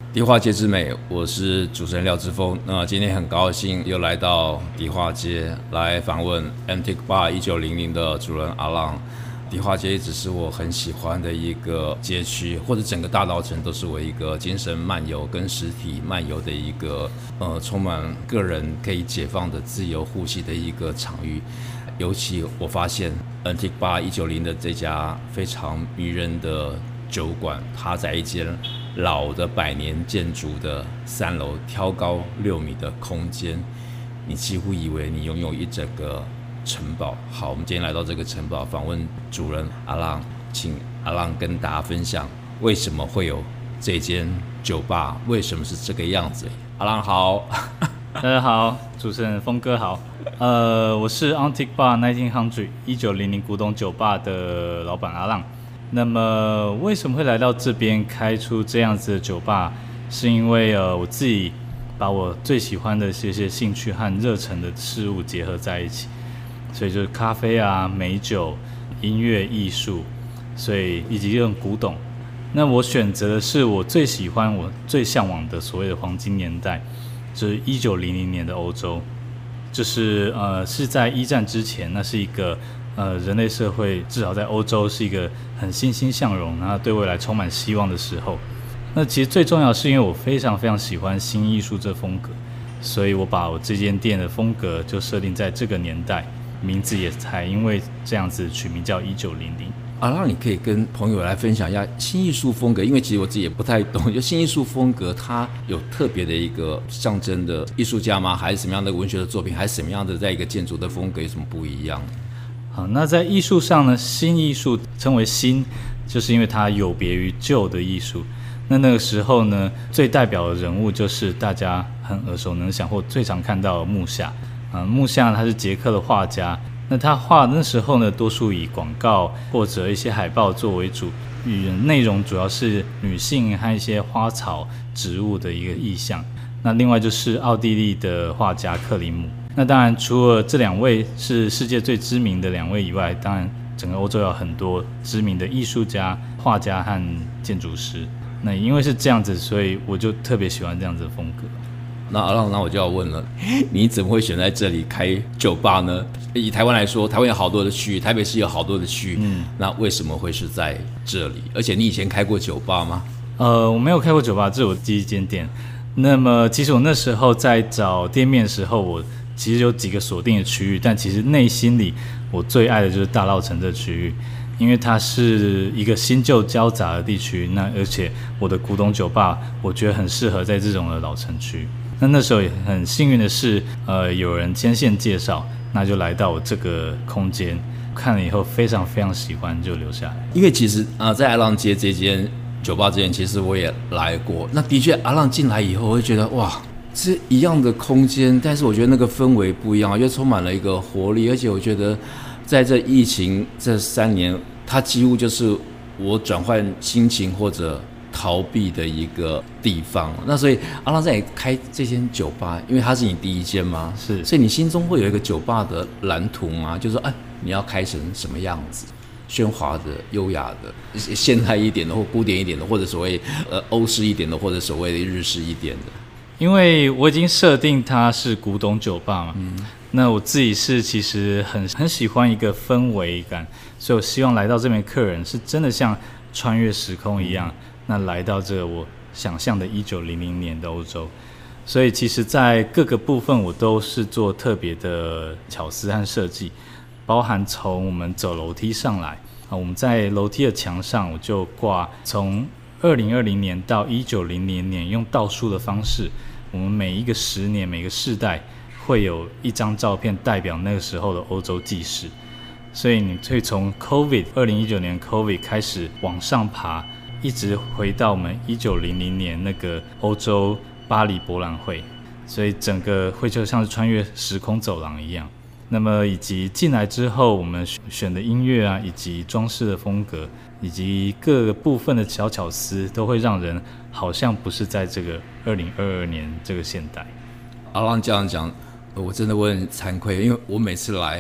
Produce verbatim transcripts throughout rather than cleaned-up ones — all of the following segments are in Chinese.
迪化街之美，我是主持人廖志峰。那今天很高兴又来到迪化街来访问 Antique Bar 一九零零的主人阿浪。迪化街一直是我很喜欢的一个街区，或者整个大稻埕都是我一个精神漫游跟实体漫游的一个呃充满个人可以解放的自由呼吸的一个场域。尤其我发现 Antique Bar 一九零的这家非常迷人的酒馆，它在一间老的百年建筑的三楼挑高六米的空间，你几乎以为你拥有一整个城堡。好，我们今天来到这个城堡，访问主人阿浪，请阿浪跟大家分享为什么会有这间酒吧，为什么是这个样子。阿浪好。 大家好，主持人峰哥好。呃，我是 Antique Bar 一九零零古董酒吧的老板阿浪。那么为什么会来到这边开出这样子的酒吧？是因为呃我自己把我最喜欢的这些兴趣和热忱的事物结合在一起，所以就是咖啡啊、美酒、音乐、艺术，所以以及用古董。那我选择的是我最喜欢、我最向往的所谓的黄金年代，就是一九零零年的欧洲，就是呃是在一战之前，那是一个。呃，人类社会至少在欧洲是一个很欣欣向荣，然后对未来充满希望的时候。那其实最重要的是，因为我非常非常喜欢新艺术这风格，所以我把我这间店的风格就设定在这个年代，名字也才因为这样子取名叫一九零零。 啊，那你可以跟朋友来分享一下新艺术风格，因为其实我自己也不太懂，就新艺术风格它有特别的一个象征的艺术家吗？还是什么样的文学的作品，还是什么样的在一个建筑的风格有什么不一样？ 好，那在艺术上呢，新艺术称为新，就是因为它有别于旧的艺术。那那个时候呢，最代表的人物就是大家很耳熟能详或最常看到的木下。啊，木下他是捷克的画家，那他画那时候呢，多数以广告或者一些海报作为主，与内容主要是女性和一些花草植物的一个意象。那另外就是奥地利的画家克林姆。那当然，除了这两位是世界最知名的两位以外，当然整个欧洲有很多知名的艺术家、画家和建筑师。那因为是这样子，所以我就特别喜欢这样子的风格。 那阿浪，那我就要问了，你怎么会选在这里开酒吧呢？以台湾来说，台湾有好多的区域，台北市有好多的区域，嗯，那为什么会是在这里？而且你以前开过酒吧吗？ 呃，我没有开过酒吧，这是我第一间店。那么其实我那时候在找店面的时候，我其实有几个锁定的区域，但其实内心里我最爱的就是大稻埕这区域，因为它是一个新旧交杂的地区。那而且我的古董酒吧，我觉得很适合在这种的老城区。那那时候也很幸运的是，呃，有人牵线介绍，那就来到我这个空间，看了以后非常非常喜欢，就留下来。 因为其实啊、呃，在阿浪街这间酒吧之前，其实我也来过。那的确，阿浪进来以后，我会觉得哇。是一样的空间，但是我觉得那个氛围不一样，我觉得充满了一个活力，而且我觉得在这疫情这三年，它几乎就是我转换心情或者逃避的一个地方。那所以阿浪在开这间酒吧，因为它是你第一间吗？ 是， 所以你心中会有一个酒吧的蓝图吗？就是说，哎，你要开成什么样子？喧哗的、优雅的、现代一点的，或古典一点的，或者所谓呃欧式一点的，或者所谓的日式一点的。 因为我已经设定它是古董酒吧嘛，嗯，那我自己是其实很很喜欢一个氛围感，所以我希望来到这边客人是真的像穿越时空一样，那来到这个我想象的一九零零年的欧洲。所以其实在各个部分我都是做特别的巧思和设计，包含从我们走楼梯上来啊，我们在楼梯的墙上我就挂从二零二零年到一九零零年用倒数的方式，我们每一个十年每个世代会有一张照片代表那个时候的欧洲纪事，所以你可以从 COVID 二零一九年 COVID 开始往上爬，一直回到我们一九零零年那个欧洲巴黎博览会，所以整个会就像是穿越时空走廊一样。那么以及进来之后我们选的音乐啊，以及装饰的风格，以及各个部分的小巧思，都会让人好像不是在这个二零二二年这个现代。 阿浪这样讲，我真的我很惭愧，因为我每次来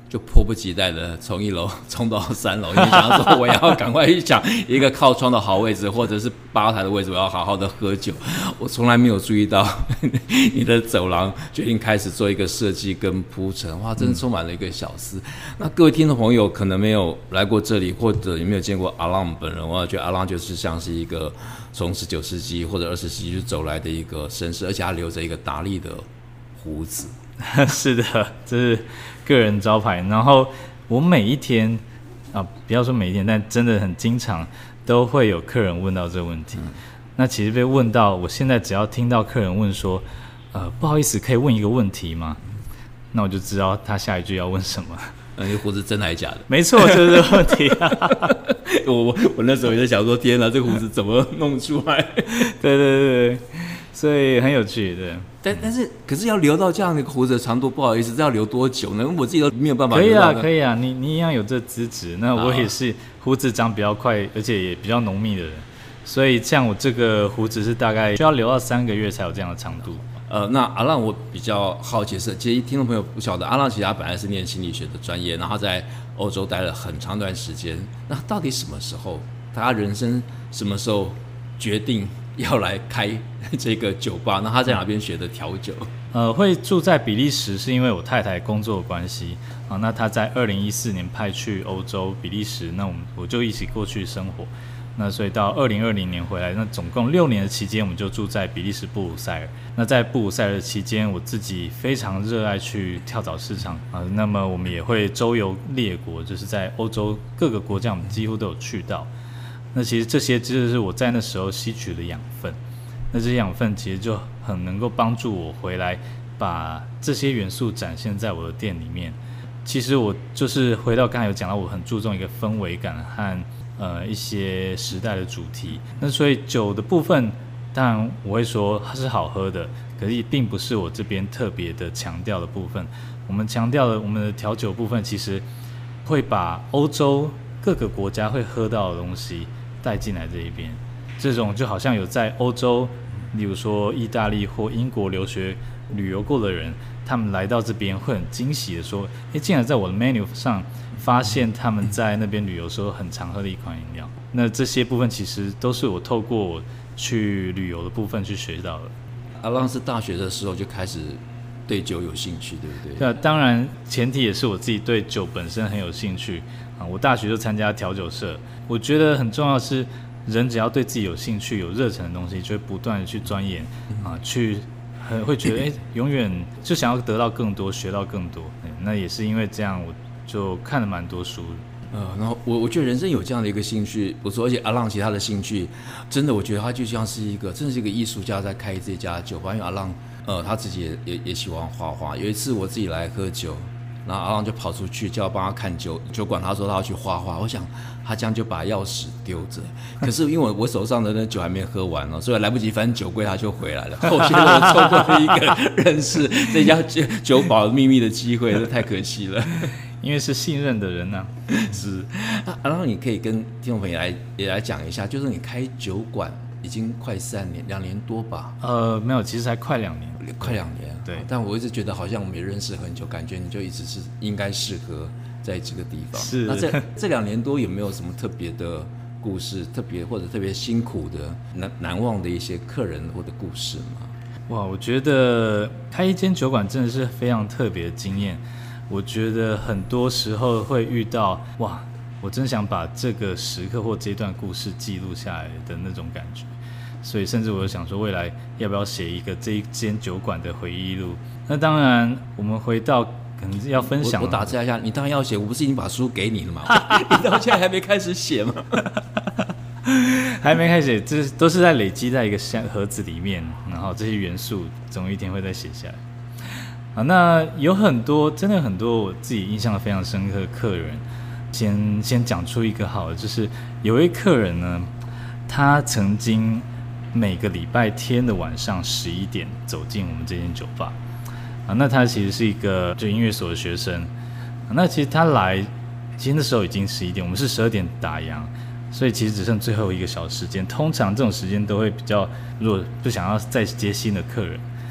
就迫不及待的从一楼冲到三楼，因为想要说我要赶快去抢一个靠窗的好位置，或者是吧台的位置，我要好好的喝酒。我从来没有注意到你的走廊决定开始做一个设计跟铺陈，哇，真的充满了一个小思。那各位听众朋友可能没有来过这里，或者也没有见过阿浪本人，我觉得阿浪就是像是一个从十九世纪或者二十世纪就走来的一个绅士，而且他留着一个达利的胡子。 是的，这是个人招牌。然后我每一天啊，不要说每一天，但真的很经常都会有客人问到这个问题。嗯、那其实被问到，我现在只要听到客人问说，呃，不好意思，可以问一个问题吗？那我就知道他下一句要问什么。 那你胡子真还是假的？ 没错，就是这个问题、啊。 我我那时候也在想说，天哪，这个胡子怎么弄出来？ 对对对对，所以很有趣，对。 但但是可是要留到这样的一个胡子的长度，不好意思，这要留多久呢？我自己都没有办法可以啊， 留到那。 可以啊，你你一样有这资质。那我也是胡子长比较快，而且也比较浓密的人，所以像我这个胡子是大概需要留到三个月才有这样的长度。 呃，那阿浪我比较好奇的是，其实听众朋友不晓得，阿浪其实他本来是念心理学的专业，然后在欧洲待了很长一段时间。那到底什么时候，他人生什么时候决定要来开这个酒吧？那他在哪边学的调酒？ 呃，会住在比利时是因为我太太工作的关系啊。那她在二零一四年派去欧洲比利时，那我们我就一起过去生活。那所以到二零二零年回来，那总共六年的期间，我们就住在比利时布鲁塞尔。那在布鲁塞尔的期间，我自己非常热爱去跳蚤市场啊。那么我们也会周游列国，就是在欧洲各个国家，我们几乎都有去到。那其实这些就是我在那时候吸取的养分。那这些养分其实就很能够帮助我回来，把这些元素展现在我的店里面。其实我就是回到刚才有讲到，我很注重一个氛围感和呃一些时代的主题。那所以酒的部分，当然我会说它是好喝的，可是并不是我这边特别的强调的部分。我们强调的我们的调酒部分，其实会把欧洲各个国家会喝到的东西带进来这一边。这种就好像有在欧洲，例如说意大利或英国留学旅游过的人，他们来到这边会很惊喜的说，诶，竟然在我的 menu 上发现他们在那边旅游时候很常喝的一款饮料。那这些部分其实都是我透过我去旅游的部分去学到的。 阿浪是大学的时候就开始对酒有兴趣，对不对？ 对啊，当然前提也是我自己对酒本身很有兴趣啊。我大学就参加调酒社，我觉得很重要的是，人只要对自己有兴趣、有热忱的东西，就会不断的去钻研啊，去很会觉得哎，永远就想要得到更多、学到更多。那也是因为这样，我就看了蛮多书的。 呃，然后我我觉得人生有这样的一个兴趣不错，而且阿浪其他的兴趣，真的我觉得他就像是一个，真的是一个艺术家在开这家酒吧。因为阿浪呃他自己也也也喜欢画画。有一次我自己来喝酒，然后阿浪就跑出去叫我帮他看酒酒馆，他说他要去画画。我想他这样就把钥匙丢着，可是因为我我手上的那酒还没喝完哦，所以来不及翻酒柜，他就回来了。我觉得我错过了一个认识这家酒保秘密的机会，这太可惜了。 因为是信任的人啊。 是。啊，然后你可以跟听众朋友来也来讲一下，就是你开酒馆已经快三年，两年多吧？ 呃，没有，其实才快两年， 快两年。 对， 但我一直觉得好像我们也认识很久，感觉你就一直是应该适合在这个地方。 是。 那这这两年多有没有什么特别的故事，特别或者特别辛苦的、难难忘的一些客人或者故事吗？ 哇，我觉得开一间酒馆真的是非常特别的经验。我觉得很多时候会遇到，哇，我真想把这个时刻或这段故事记录下来的那种感觉。所以甚至我有想说，未来要不要写一个这一间酒馆的回忆录？那当然，我们回到可能要分享。 我, 我打字一下，你当然要写，我不是已经把书给你了吗？你到现在还没开始写吗？ 还没开始写，这都是在累积在一个盒子里面，然后这些元素总有一天会再写下来。啊，那有很多，真的很多我自己印象非常深刻的客人。先先讲出一个好的，就是有一位客人呢，他曾经每个礼拜天的晚上十一点走进我们这间酒吧。啊，那他其实是一个就音乐所的学生。啊，那其实他来，其实那时候已经十一点，我们是十二点打烊，所以其实只剩最后一个小时时间。通常这种时间都会比较，如果不想要再接新的客人。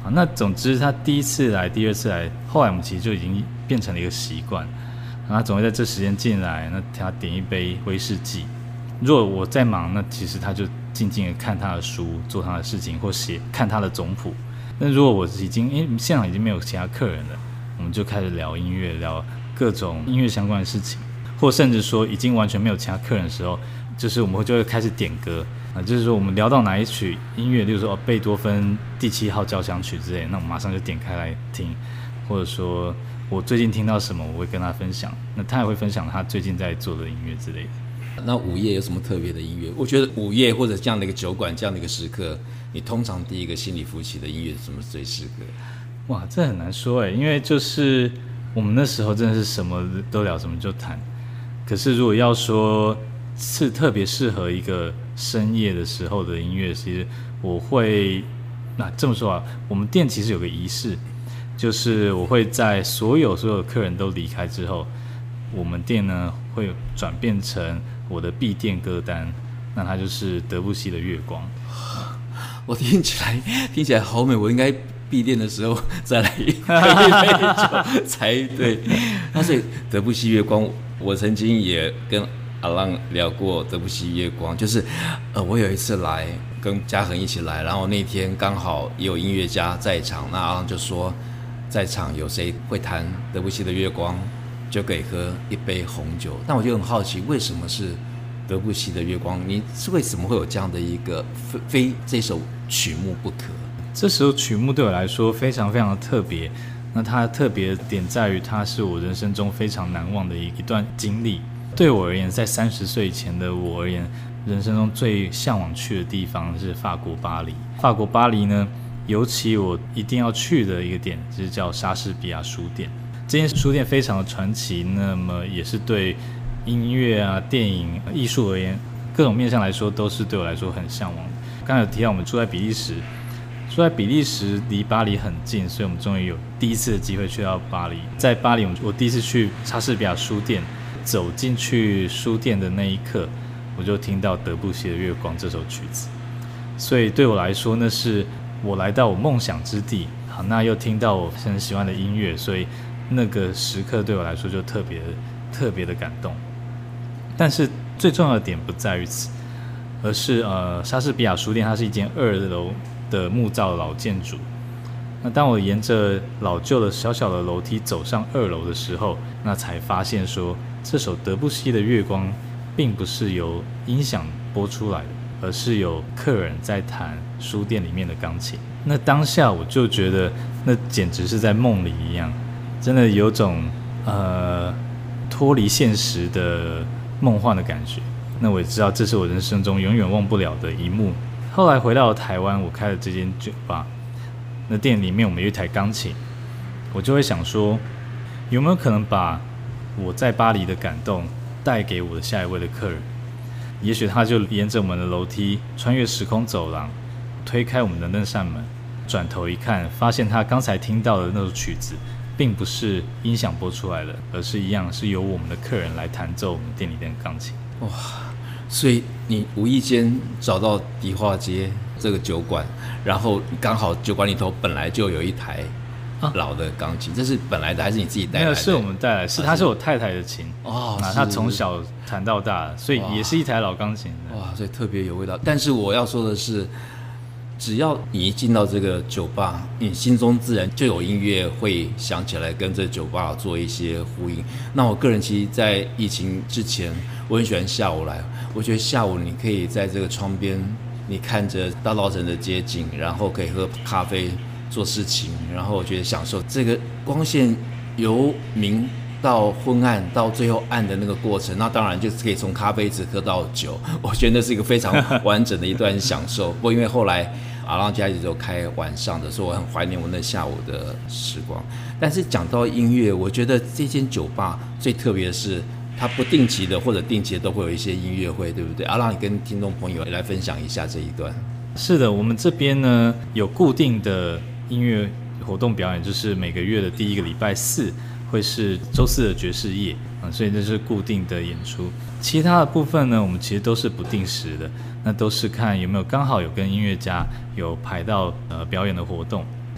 那总之他第一次来第二次来，后来我们其实就已经变成了一个习惯，他总会在这时间进来，那他点一杯威士忌，如果我在忙，那其实他就静静的看他的书，做他的事情，或写看他的总谱。那如果我已经因为现场已经没有其他客人了，我们就开始聊音乐，聊各种音乐相关的事情，或甚至说已经完全没有其他客人的时候，就是我们就会开始点歌啊，就是说我们聊到哪一曲音乐，例如说、哦、贝多芬第七号交响曲之类的，那我们马上就点开来听，或者说我最近听到什么，我会跟他分享，那他也会分享他最近在做的音乐之类的。 那午夜有什么特别的音乐？我觉得午夜或者这样的一个酒馆，这样的一个时刻，你通常第一个心里浮起的音乐是什么最适合？ 哇，这很难说哎，因为就是我们那时候真的是什么都聊，什么就谈。可是如果要说是特别适合一个深夜的时候的音乐，其实我会那这么说啊，我们店其实有个仪式，就是我会在所有所有客人都离开之后，我们店呢会转变成我的闭店歌单，那它就是德布西的《月光》。 我听起来听起来好美，我应该闭店的时候再来喝一杯酒才对。那所以德布西《月光》，我曾经也跟阿浪聊过德布西《月光》，就是呃，我有一次来跟嘉恒一起来，然后那天刚好也有音乐家在场，那阿浪就说在场有谁会弹德布西的《月光》，就可以喝一杯红酒。但我就很好奇，为什么是德布西的《月光》？你是为什么会有这样的一个非非这首曲目不可？ 这首曲目对我来说非常非常的特别，那它的特别点在于，它是我人生中非常难忘的一段经历。对我而言，在三十岁以前的我而言，人生中最向往去的地方是法国巴黎。法国巴黎呢，尤其我一定要去的一个点，就是叫莎士比亚书店。这间书店非常的传奇，那么也是对音乐啊、电影、艺术而言，各种面向来说，都是对我来说很向往的。刚才有提到我们住在比利时，住在比利时离巴黎很近，所以我们终于有第一次的机会去到巴黎。在巴黎，我第一次去莎士比亚书店，走进去书店的那一刻，我就听到德布西的《月光》这首曲子，所以对我来说，那是我来到我梦想之地。好，那又听到我很喜欢的音乐，所以那个时刻对我来说就特别特别的感动。但是最重要的点不在于此，而是呃，莎士比亚书店它是一间二楼的木造老建筑。那当我沿着老旧的小小的楼梯走上二楼的时候，那才发现说，这首德布西的《月光》并不是由音响播出来的，而是有客人在弹书店里面的钢琴。那当下我就觉得，那简直是在梦里一样，真的有种呃脱离现实的梦幻的感觉。那我也知道这是我人生中永远忘不了的一幕。后来回到台湾，我开了这间酒吧，那店里面我们有一台钢琴，我就会想说，有没有可能把我在巴黎的感动带给我的下一位的客人？也许他就沿着我们的楼梯，穿越时空走廊，推开我们的那扇门，转头一看，发现他刚才听到的那首曲子并不是音响播出来的，而是一样是由我们的客人来弹奏我们店里的钢琴。 哇，所以你无意间找到迪化街这个酒馆，然后刚好酒馆里头本来就有一台老的钢琴，啊、这是本来的还是你自己带来的？ 没有，是我们带来，是它是我太太的琴哦， 那她从小弹到大，所以也是一台老钢琴。 哇，所以特别有味道。但是我要说的是，只要你一进到这个酒吧，你心中自然就有音乐会想起来，跟这酒吧做一些呼应。那我个人其实，在疫情之前，我很喜欢下午来。我觉得下午你可以在这个窗边，你看着大稻埕的街景，然后可以喝咖啡、做事情，然后我觉得享受这个光线由明到昏暗到最后暗的那个过程。那当然就是可以从咖啡一直喝到酒，我觉得那是一个非常完整的一段享受。不过因为后来阿浪家一直都开晚上的，所以我很怀念我那下午的时光。但是讲到音乐，我觉得这间酒吧最特别的是，它不定期的或者定期的都会有一些音乐会，对不对？阿浪，你跟听众朋友来分享一下这一段。 是的，我们这边呢有固定的音乐活动表演，就是每个月的第一个礼拜四会是周四的爵士夜啊，所以这是固定的演出。其他的部分呢，我们其实都是不定时的，那都是看有没有刚好有跟音乐家有排到呃表演的活动。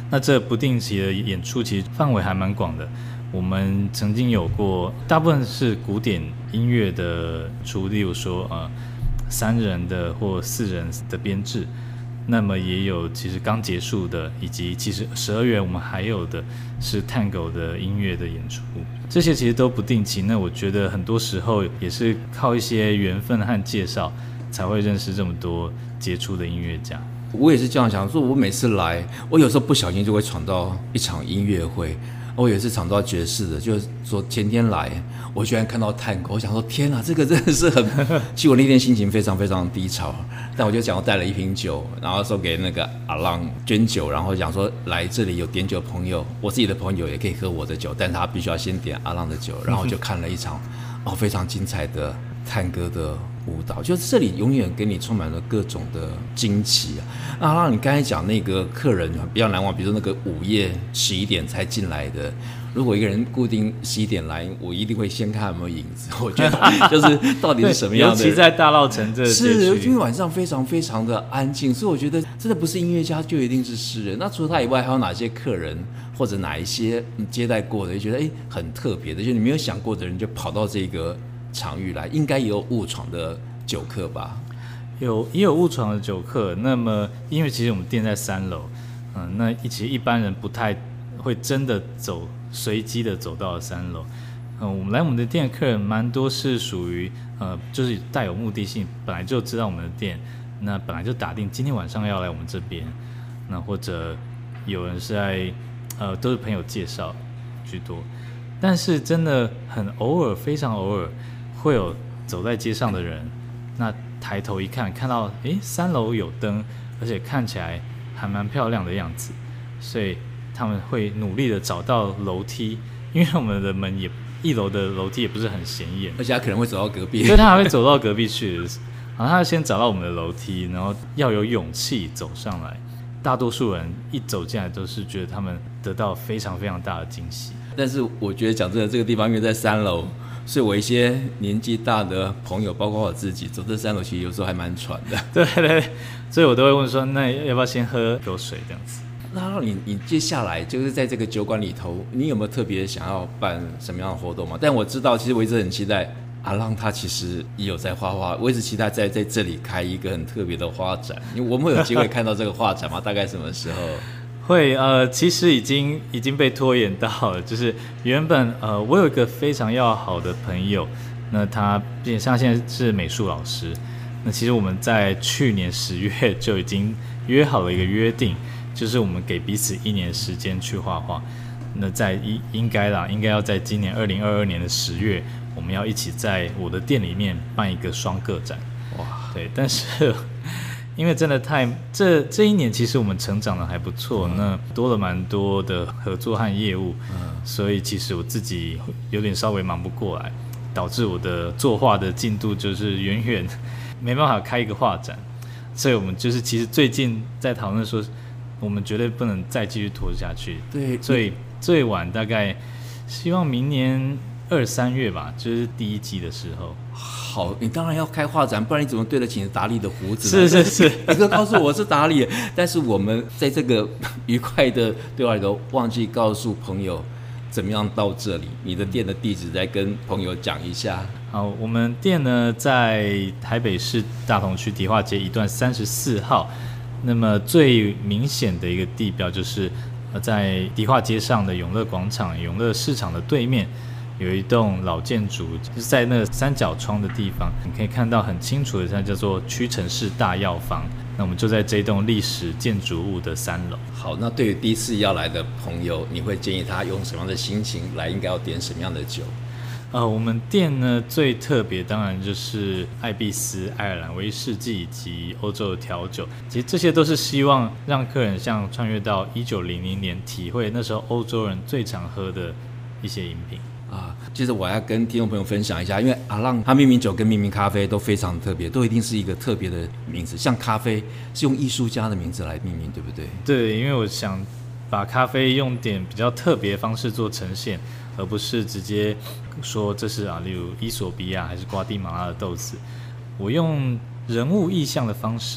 那这不定期的演出其实范围还蛮广的。我们曾经有过，大部分是古典音乐的出，例如说呃三人的或四人的编制，那么也有其实刚结束的，以及其实十二月我们还有的是探戈的音乐的演出，这些其实都不定期。那我觉得很多时候也是靠一些缘分和介绍，才会认识这么多杰出的音乐家。 我也是这样想，说我每次来，我有时候不小心就会闯到一场音乐会。我也是闯到爵士的，就是说前天来，我居然看到探戈，我想说天啊，这个真的是很，其实我那天心情非常非常低潮，但我就讲我带了一瓶酒，然后说给那个阿浪捐酒，然后讲说来这里有点酒的朋友，我自己的朋友也可以喝我的酒，但他必须要先点阿浪的酒，然后就看了一场哦非常精彩的探戈的舞蹈，就是这里永远给你充满了各种的惊奇啊！那让你刚才讲那个客人比较难忘，比如说那个午夜十一点才进来的，如果一个人固定十一点来，我一定会先看有没有影子。我觉得就是到底是什么样的人， 尤其在大稻埕这个街区， 是因为晚上非常非常的安静，所以我觉得真的不是音乐家就一定是诗人。那除了他以外，还有哪些客人或者哪一些接待过的，就觉得哎很特别的，就你没有想过的人就跑到这个场域来，应该也有误闯的酒客吧？ 有也有误闯的酒客。那么因为其实我们店在三楼，嗯，那其实一般人不太会真的走随机的走到了三楼。嗯，我们来我们的店的客人蛮多是属于呃，就是带有目的性，本来就知道我们的店，那本来就打定今天晚上要来我们这边，那或者有人是在呃都是朋友介绍居多，但是真的很偶尔，非常偶尔会有走在街上的人，那抬头一看，看到诶三楼有灯，而且看起来还蛮漂亮的样子，所以他们会努力的找到楼梯，因为我们的门也一楼的楼梯也不是很显眼， 而且他可能会走到隔壁， 所以他还会走到隔壁去。然后他先找到我们的楼梯，然后要有勇气走上来。大多数人一走进来都是觉得他们得到非常非常大的惊喜。 但是我觉得讲真的，这个地方因为在三楼，所以我一些年纪大的朋友，包括我自己，走这三楼其实有时候还蛮喘的。 对对，所以我都会问说，那要不要先喝口水这样子？ 那你你接下来就是在这个酒馆里头，你有没有特别想要办什么样的活动吗？但我知道，其实我一直很期待阿浪他其实也有在画画，我一直期待在在这里开一个很特别的画展。我们有机会看到这个画展吗？大概什么时候？ 会呃，其实已经已经被拖延到了。就是原本呃，我有一个非常要好的朋友，那他像现在是美术老师。那其实我们在去年十月就已经约好了一个约定，就是我们给彼此一年时间去画画。那在应应该啦，应该要在今年二零二二年的十月，我们要一起在我的店里面办一个双个展。哇，对，但是。因为真的太这这一年，其实我们成长的还不错，嗯、那多了蛮多的合作和业务，嗯、所以其实我自己有点稍微忙不过来，导致我的作画的进度就是远远没办法开一个画展，所以我们就是其实最近在讨论说，我们绝对不能再继续拖下去， 对， 所以最晚大概希望明年二三月吧，就是第一季的时候。 好，你当然要开画展，不然你怎么对得起达利的胡子呢？ 是是是， 你哥告诉我是达利，但是我们在这个愉快的对话里头，忘记告诉朋友怎么样到这里。你的店的地址再跟朋友讲一下。 好，我们店呢在台北市大同区迪化街一段三十四号。那么最明显的一个地标就是在迪化街上的永乐广场、永乐市场的对面。有一栋老建筑，就是在那个三角窗的地方，你可以看到很清楚的，它叫做屈臣氏大药房。那我们就在这栋历史建筑物的三楼。 好，那对于第一次要来的朋友，你会建议他用什么样的心情来？应该要点什么样的酒？ 呃，我们店呢最特别当然就是艾必斯、爱尔兰威士忌以及欧洲的调酒。其实这些都是希望让客人像穿越到一九零零年，体会那时候欧洲人最常喝的一些饮品。 啊，接着我要跟听众朋友分享一下，因为阿浪他命名酒跟命名咖啡都非常特别，都一定是一个特别的名字。像咖啡是用艺术家的名字来命名，对不对？ 对，因为我想把咖啡用点比较特别的方式做呈现，而不是直接说这是啊，例如伊索比亚还是瓜地马拉的豆子。我用人物意象的方式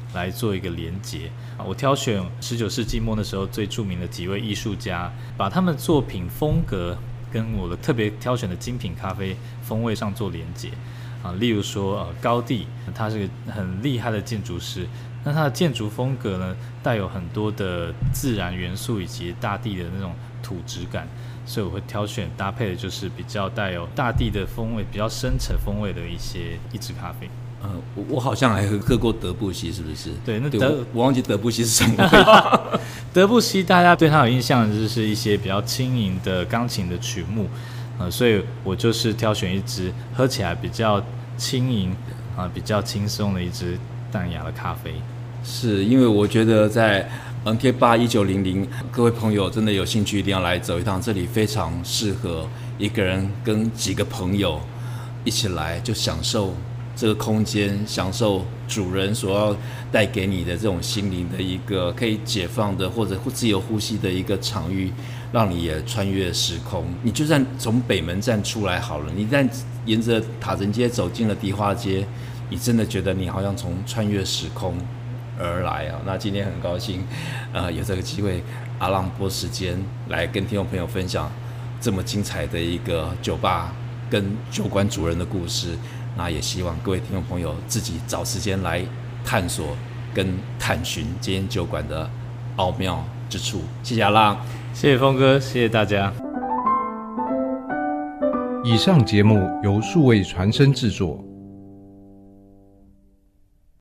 来做一个连结。我挑选十九世纪末那时候最著名的几位艺术家，把他们作品风格跟我的特别挑选的精品咖啡风味上做连结啊。例如说，呃，高第，他是个很厉害的建筑师，那他的建筑风格呢，带有很多的自然元素以及大地的那种土质感，所以我会挑选搭配的就是比较带有大地的风味、比较深沉风味的一些一支咖啡。 呃，我我好像还喝过德布西，是不是？ 对，那德我, 我忘记德布西是什么味道。 德布西大家对他有印象的就是一些比较轻盈的钢琴的曲目，呃，所以我就是挑选一支喝起来比较轻盈啊、呃，比较轻松的一支淡雅的咖啡。 是因为我觉得在 N K 八 一九零零，各位朋友真的有兴趣一定要来走一趟，这里非常适合一个人跟几个朋友一起来，就享受这个空间，享受主人所要带给你的这种心灵的一个可以解放的或者自由呼吸的一个场域，让你也穿越时空。你就算从北门站出来好了，你一旦沿着塔城街走进了迪化街，你真的觉得你好像从穿越时空而来啊！那今天很高兴，呃，有这个机会，阿浪拨时间来跟听众朋友分享这么精彩的一个酒吧跟酒馆主人的故事。那也希望各位听众朋友自己找时间来探索跟探寻这间酒馆的奥妙之处。谢谢阿浪， 谢谢峰哥，谢谢大家。 以上节目由数位传声制作。